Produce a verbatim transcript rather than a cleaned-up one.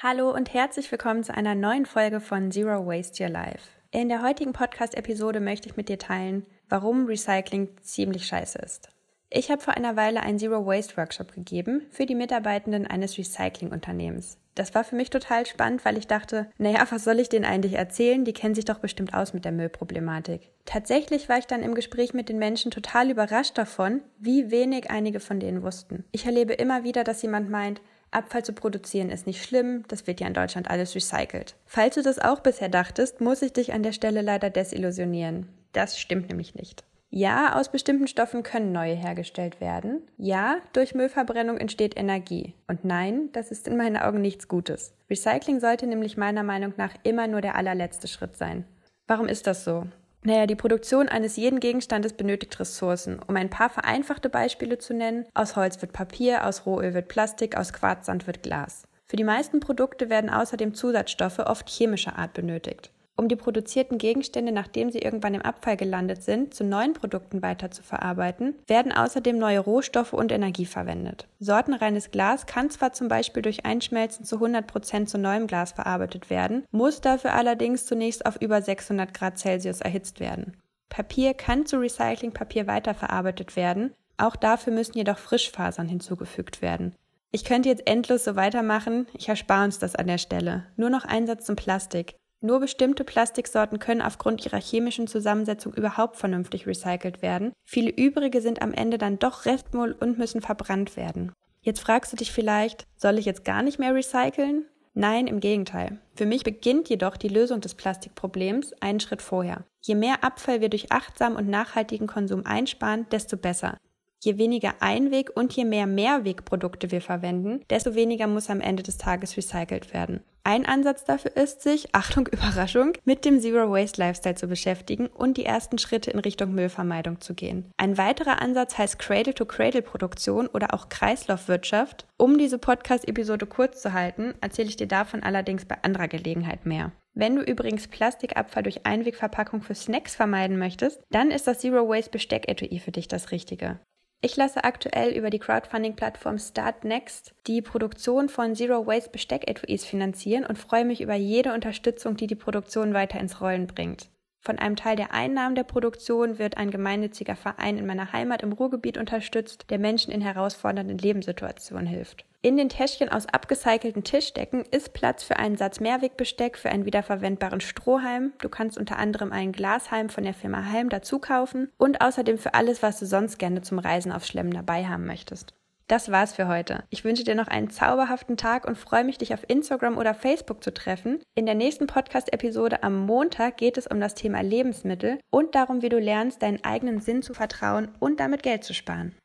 Hallo und herzlich willkommen zu einer neuen Folge von Zero Waste Your Life. In der heutigen Podcast-Episode möchte ich mit dir teilen, warum Recycling ziemlich scheiße ist. Ich habe vor einer Weile einen Zero Waste Workshop gegeben für die Mitarbeitenden eines Recyclingunternehmens. Das war für mich total spannend, weil ich dachte, naja, was soll ich denen eigentlich erzählen? Die kennen sich doch bestimmt aus mit der Müllproblematik. Tatsächlich war ich dann im Gespräch mit den Menschen total überrascht davon, wie wenig einige von denen wussten. Ich erlebe immer wieder, dass jemand meint, Abfall zu produzieren ist nicht schlimm, das wird ja in Deutschland alles recycelt. Falls du das auch bisher dachtest, muss ich dich an der Stelle leider desillusionieren. Das stimmt nämlich nicht. Ja, aus bestimmten Stoffen können neue hergestellt werden. Ja, durch Müllverbrennung entsteht Energie. Und nein, das ist in meinen Augen nichts Gutes. Recycling sollte nämlich meiner Meinung nach immer nur der allerletzte Schritt sein. Warum ist das so? Naja, die Produktion eines jeden Gegenstandes benötigt Ressourcen. Um ein paar vereinfachte Beispiele zu nennen, aus Holz wird Papier, aus Rohöl wird Plastik, aus Quarzsand wird Glas. Für die meisten Produkte werden außerdem Zusatzstoffe oft chemischer Art benötigt. Um die produzierten Gegenstände, nachdem sie irgendwann im Abfall gelandet sind, zu neuen Produkten weiter zu verarbeiten, werden außerdem neue Rohstoffe und Energie verwendet. Sortenreines Glas kann zwar zum Beispiel durch Einschmelzen zu hundert Prozent zu neuem Glas verarbeitet werden, muss dafür allerdings zunächst auf über sechshundert Grad Celsius erhitzt werden. Papier kann zu Recyclingpapier weiterverarbeitet werden, auch dafür müssen jedoch Frischfasern hinzugefügt werden. Ich könnte jetzt endlos so weitermachen, ich erspare uns das an der Stelle. Nur noch ein Satz zum Plastik. Nur bestimmte Plastiksorten können aufgrund ihrer chemischen Zusammensetzung überhaupt vernünftig recycelt werden. Viele übrige sind am Ende dann doch Restmüll und müssen verbrannt werden. Jetzt fragst du dich vielleicht, soll ich jetzt gar nicht mehr recyceln? Nein, im Gegenteil. Für mich beginnt jedoch die Lösung des Plastikproblems einen Schritt vorher. Je mehr Abfall wir durch achtsamen und nachhaltigen Konsum einsparen, desto besser. Je weniger Einweg- und je mehr Mehrwegprodukte wir verwenden, desto weniger muss am Ende des Tages recycelt werden. Ein Ansatz dafür ist, sich, Achtung, Überraschung, mit dem Zero Waste Lifestyle zu beschäftigen und die ersten Schritte in Richtung Müllvermeidung zu gehen. Ein weiterer Ansatz heißt Cradle-to-Cradle-Produktion oder auch Kreislaufwirtschaft. Um diese Podcast-Episode kurz zu halten, erzähle ich dir davon allerdings bei anderer Gelegenheit mehr. Wenn du übrigens Plastikabfall durch Einwegverpackung für Snacks vermeiden möchtest, dann ist das Zero Waste Bestecketui für dich das Richtige. Ich lasse aktuell über die Crowdfunding-Plattform Startnext die Produktion von Zero Waste Bestecketuis finanzieren und freue mich über jede Unterstützung, die die Produktion weiter ins Rollen bringt. Von einem Teil der Einnahmen der Produktion wird ein gemeinnütziger Verein in meiner Heimat im Ruhrgebiet unterstützt, der Menschen in herausfordernden Lebenssituationen hilft. In den Täschchen aus abgecycelten Tischdecken ist Platz für einen Satz Mehrwegbesteck, für einen wiederverwendbaren Strohhalm. Du kannst unter anderem einen Glashalm von der Firma Halm dazu kaufen und außerdem für alles, was du sonst gerne zum Reisen auf Schlemmen dabei haben möchtest. Das war's für heute. Ich wünsche dir noch einen zauberhaften Tag und freue mich, dich auf Instagram oder Facebook zu treffen. In der nächsten Podcast-Episode am Montag geht es um das Thema Lebensmittel und darum, wie du lernst, deinen eigenen Sinn zu vertrauen und damit Geld zu sparen.